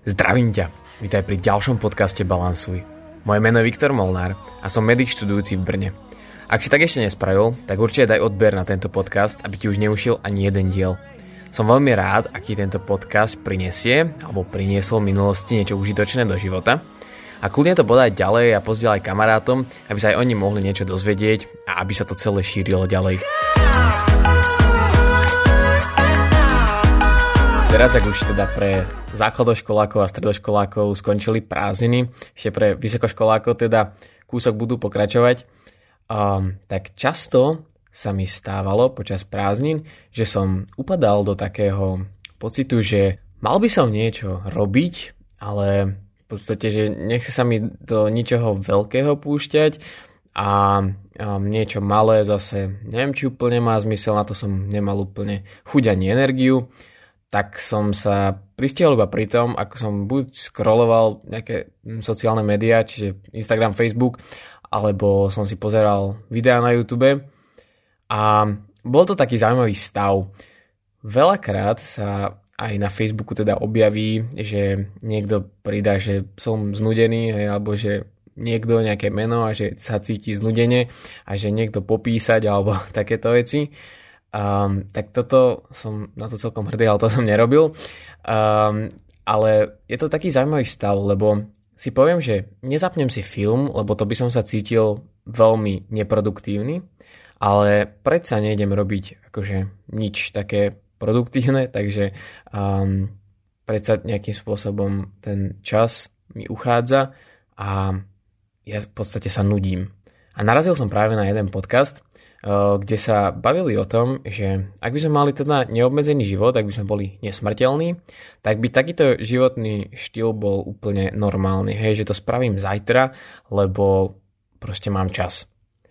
Zdravím ťa, vítaj pri ďalšom podcaste Balansuj. Moje meno je Viktor Molnár a som medic študujúci v Brne. Ak si tak ešte nespravil, tak určite daj odber na tento podcast, aby ti už neušiel ani jeden diel. Som veľmi rád, ak ti tento podcast prinesie, alebo priniesol v minulosti niečo užitočné do života. A kľudne to podaj ďalej a pozdieľaj kamarátom, aby sa aj oni mohli niečo dozvedieť a aby sa to celé šírilo ďalej. Teraz, ak už teda pre základoškolákov a stredoškolákov skončili prázdniny, ešte pre vysokoškolákov teda kúsok budú pokračovať, tak často sa mi stávalo počas prázdnin, že som upadal do takého pocitu, že mal by som niečo robiť, ale v podstate, že nechce sa mi do ničoho veľkého púšťať a niečo malé zase neviem, či úplne má zmysel, na to som nemal úplne chuť ani energiu. Tak som sa pristihol iba pri tom, ako som buď scrolloval nejaké sociálne médiá, čiže Instagram, Facebook, alebo som si pozeral videá na YouTube a bol to taký zaujímavý stav. Veľakrát sa aj na Facebooku teda objaví, že niekto pridá, že som znudený, alebo že niekto nejaké meno a že sa cíti znudene a že niekto popísať alebo takéto veci. Tak toto som na to celkom hrdý, ale to som nerobil. Ale je to taký zaujímavý stav, lebo si poviem, že nezapnem si film, lebo to by som sa cítil veľmi neproduktívny, ale predsa nejdem robiť akože nič také produktívne, takže predsa nejakým spôsobom ten čas mi uchádza a ja v podstate sa nudím. A narazil som práve na jeden podcast, kde sa bavili o tom, že ak by sme mali teda neobmedzený život, ak by sme boli nesmrteľní, tak by takýto životný štýl bol úplne normálny. Hej, že to spravím zajtra, lebo proste mám čas.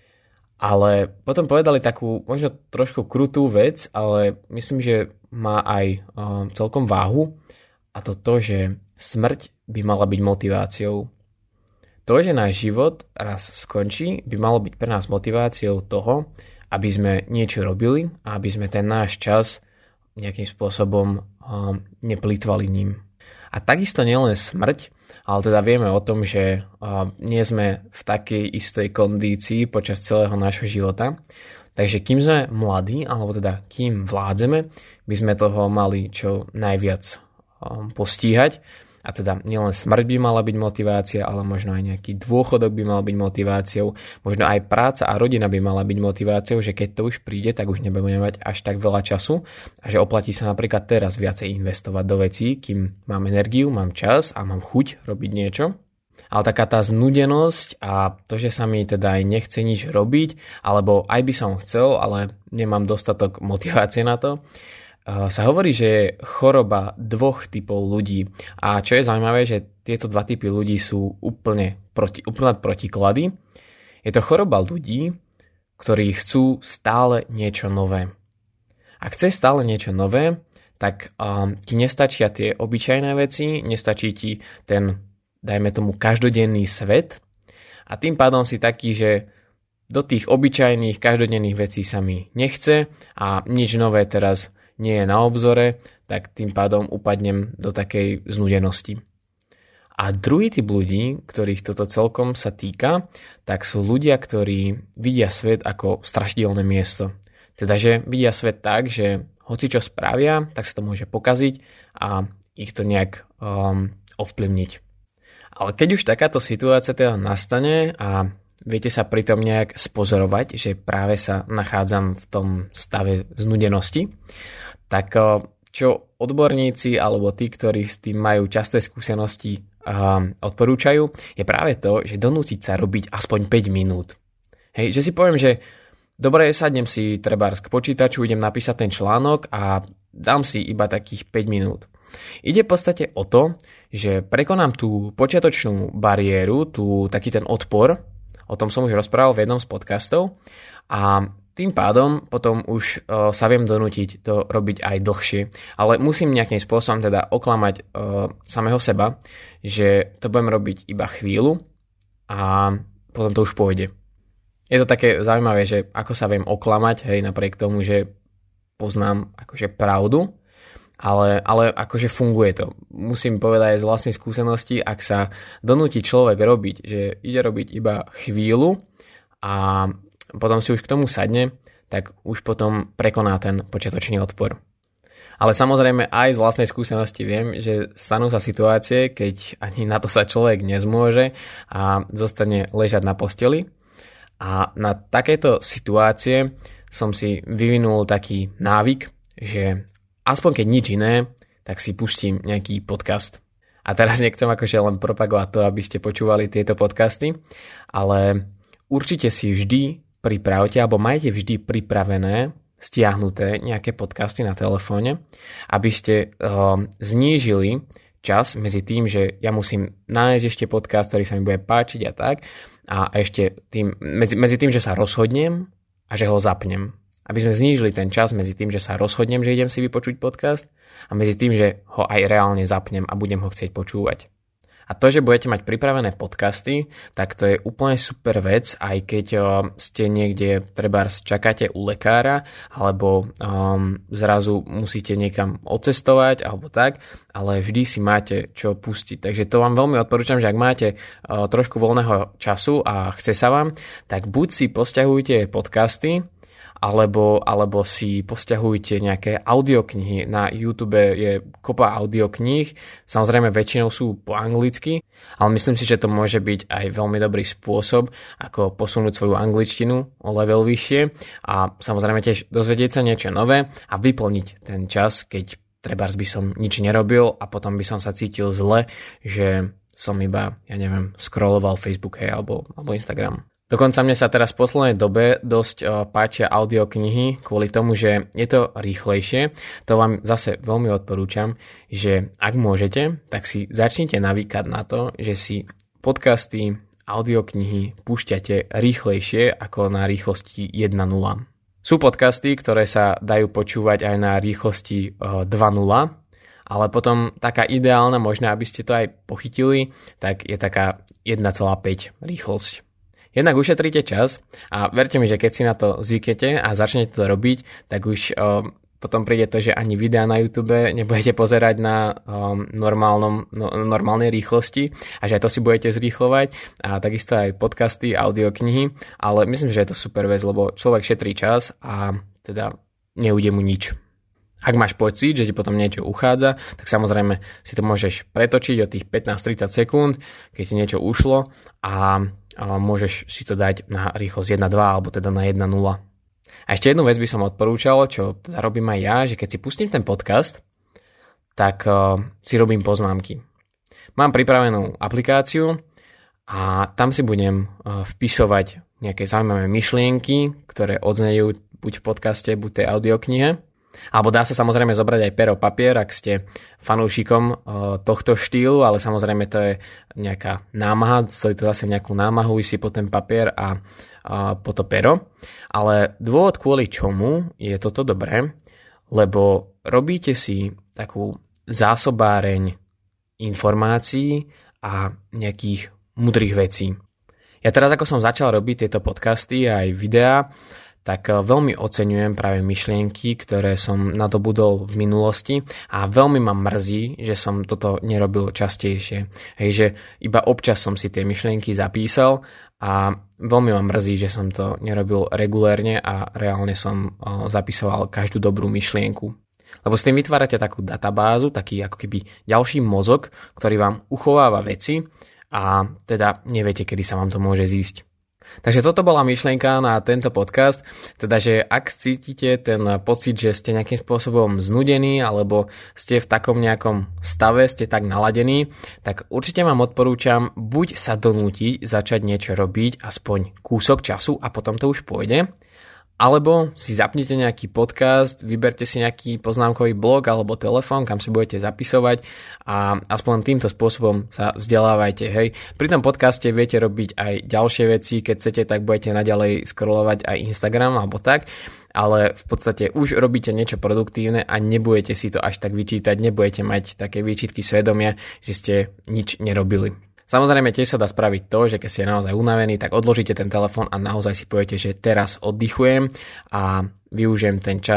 Ale potom povedali takú možno trošku krutú vec, ale myslím, že má aj celkom váhu, a to, že smrť by mala byť motiváciou. To, že náš život raz skončí, by malo byť pre nás motiváciou toho, aby sme niečo robili a aby sme ten náš čas nejakým spôsobom neplýtvali ním. A takisto nielen smrť, ale teda vieme o tom, že nie sme v takej istej kondícii počas celého nášho života. Takže kým sme mladí, alebo teda kým vládzeme, by sme toho mali čo najviac postíhať. A teda nielen smrť by mala byť motivácia, ale možno aj nejaký dôchodok by mal byť motiváciou, možno aj práca a rodina by mala byť motiváciou, že keď to už príde, tak už nebudeme mať až tak veľa času a že oplatí sa napríklad teraz viacej investovať do vecí, kým mám energiu, mám čas a mám chuť robiť niečo. Ale taká tá znudenosť a to, že sa mi teda aj nechce nič robiť, alebo aj by som chcel, ale nemám dostatok motivácie na to, sa hovorí, že je choroba dvoch typov ľudí. A čo je zaujímavé, že tieto dva typy ľudí sú úplne protiklady. Je to choroba ľudí, ktorí chcú stále niečo nové. Ak chceš stále niečo nové, tak ti nestačia tie obyčajné veci, nestačí ti ten, dajme tomu, každodenný svet. A tým pádom si taký, že do tých obyčajných, každodenných vecí sa mi nechce a nič nové teraz nie je na obzore, tak tým pádom upadnem do takej znudenosti. A druhý typ ľudí, ktorých toto celkom sa týka, tak sú ľudia, ktorí vidia svet ako strašidelné miesto. Teda, že vidia svet tak, že hoci čo spravia, tak sa to môže pokaziť a ich to nejak ovplyvniť. Ale keď už takáto situácia teda nastane a viete sa pritom nejak spozorovať, že práve sa nachádzam v tom stave znudenosti, tak čo odborníci alebo tí, ktorí s tým majú časté skúsenosti, odporúčajú, je práve to, že donútiť sa robiť aspoň 5 minút. Hej, že si poviem, že dobre, sadnem si trebárs k počítaču, idem napísať ten článok a dám si iba takých 5 minút. Ide v podstate o to, že prekonám tú počiatočnú bariéru, taký ten odpor, o tom som už rozprával v jednom z podcastov a tým pádom potom už sa viem donútiť to robiť aj dlhšie. Ale musím nejakým spôsobom teda oklamať samého seba, že to budem robiť iba chvíľu a potom to už pôjde. Je to také zaujímavé, že ako sa viem oklamať, hej, napriek tomu, že poznám akože pravdu. ale akože funguje to. Musím povedať aj z vlastnej skúsenosti, ak sa donúti človek robiť, že ide robiť iba chvíľu a potom si už k tomu sadne, tak už potom prekoná ten počiatočný odpor. Ale samozrejme aj z vlastnej skúsenosti viem, že stanú sa situácie, keď ani na to sa človek nezmôže a zostane ležať na posteli. A na takéto situácie som si vyvinul taký návyk, že aspoň keď nič iné, tak si pustím nejaký podcast. A teraz nechcem akože len propagovať to, aby ste počúvali tieto podcasty, ale určite si vždy pripravte, alebo majte vždy pripravené, stiahnuté nejaké podcasty na telefóne, aby ste znížili čas medzi tým, že ja musím nájsť ešte podcast, ktorý sa mi bude páčiť a tak, a ešte medzi tým, že sa rozhodnem a že ho zapnem. Aby sme znížili ten čas medzi tým, že sa rozhodnem, že idem si vypočuť podcast a medzi tým, že ho aj reálne zapnem a budem ho chcieť počúvať. A to, že budete mať pripravené podcasty, tak to je úplne super vec, aj keď ste niekde, trebárs čakáte u lekára, alebo zrazu musíte niekam odcestovať, alebo tak, ale vždy si máte čo pustiť. Takže to vám veľmi odporúčam, že ak máte trošku voľného času a chce sa vám, tak buď si posťahujte podcasty, alebo si posťahujte nejaké audioknihy. Na YouTube je kopa audiokníh, samozrejme väčšinou sú po anglicky, ale myslím si, že to môže byť aj veľmi dobrý spôsob, ako posunúť svoju angličtinu o level vyššie a samozrejme tiež dozvedieť sa niečo nové a vyplniť ten čas, keď trebárs by som nič nerobil a potom by som sa cítil zle, že som iba, scrolloval Facebook alebo Instagram. Dokonca mne sa teraz v poslednej dobe dosť páčia audioknihy kvôli tomu, že je to rýchlejšie. To vám zase veľmi odporúčam, že ak môžete, tak si začnite navykať na to, že si podcasty, audioknihy púšťate rýchlejšie ako na rýchlosti 1.0. Sú podcasty, ktoré sa dajú počúvať aj na rýchlosti 2.0, ale potom taká ideálna, možno aby ste to aj pochytili, tak je taká 1.5 rýchlosť. Jednak ušetríte čas a verte mi, že keď si na to zvyknete a začnete to robiť, tak už potom príde to, že ani videá na YouTube nebudete pozerať na normálnej rýchlosti a že aj to si budete zrýchlovať a takisto aj podcasty, audioknihy, ale myslím, že je to super vec, lebo človek šetrí čas a teda neujde mu nič. Ak máš pocit, že ti potom niečo uchádza, tak samozrejme si to môžeš pretočiť o tých 15-30 sekúnd, keď ti niečo ušlo a môžeš si to dať na rýchlosť 1.2 alebo teda na 1.0. A ešte jednu vec by som odporúčal, čo teda robím aj ja, že keď si pustím ten podcast, tak si robím poznámky. Mám pripravenú aplikáciu a tam si budem vpisovať nejaké zaujímavé myšlienky, ktoré odznejú buď v podcaste, buď tej audioknihe. Alebo dá sa samozrejme zobrať aj pero, papier, ak ste fanúšikom tohto štýlu, ale samozrejme to je nejaká námaha, stojí to zase nejakú námahu, si po ten papier a po to pero. Ale dôvod, kvôli čomu je toto dobré, lebo robíte si takú zásobáreň informácií a nejakých mudrých vecí. Ja teraz, ako som začal robiť tieto podcasty a aj videá, tak veľmi oceňujem práve myšlienky, ktoré som nadobudol v minulosti a veľmi ma mrzí, že som toto nerobil častejšie. Hej, že iba občas som si tie myšlienky zapísal a veľmi ma mrzí, že som to nerobil regulérne a reálne som zapisoval každú dobrú myšlienku. Lebo s tým vytvárate takú databázu, taký ako keby ďalší mozog, ktorý vám uchováva veci a teda neviete, kedy sa vám to môže zísť. Takže toto bola myšlienka na tento podcast, teda že ak cítite ten pocit, že ste nejakým spôsobom znudení alebo ste v takom nejakom stave, ste tak naladení, tak určite vám odporúčam buď sa donútiť začať niečo robiť aspoň kúsok času a potom to už pôjde, alebo si zapnite nejaký podcast, vyberte si nejaký poznámkový blog alebo telefón, kam si budete zapisovať a aspoň týmto spôsobom sa vzdelávajte. Hej. Pri tom podcaste viete robiť aj ďalšie veci, keď chcete, tak budete naďalej scrollovať aj Instagram alebo tak, ale v podstate už robíte niečo produktívne a nebudete si to až tak vyčítať, nebudete mať také výčitky svedomia, že ste nič nerobili. Samozrejme tiež sa dá spraviť to, že keď ste naozaj unavení, tak odložíte ten telefón a naozaj si poviete, že teraz oddychujem a využijem ten čas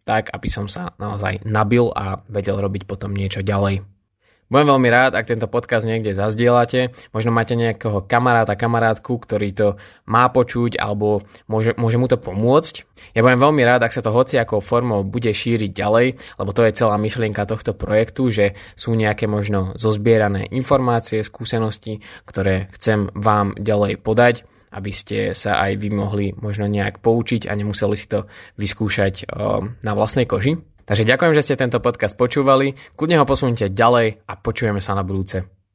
tak aby som sa naozaj nabil a vedel robiť potom niečo ďalej. Budem veľmi rád, ak tento podcast niekde zazdielate. Možno máte nejakého kamaráta, kamarátku, ktorý to má počuť alebo môže mu to pomôcť. Ja budem veľmi rád, ak sa to hociakou formou bude šíriť ďalej, lebo to je celá myšlienka tohto projektu, že sú nejaké možno zozbierané informácie, skúsenosti, ktoré chcem vám ďalej podať, aby ste sa aj vy mohli možno nejak poučiť a nemuseli si to vyskúšať na vlastnej koži. Takže ďakujem, že ste tento podcast počúvali, kľudne ho posunite ďalej a počujeme sa na budúce.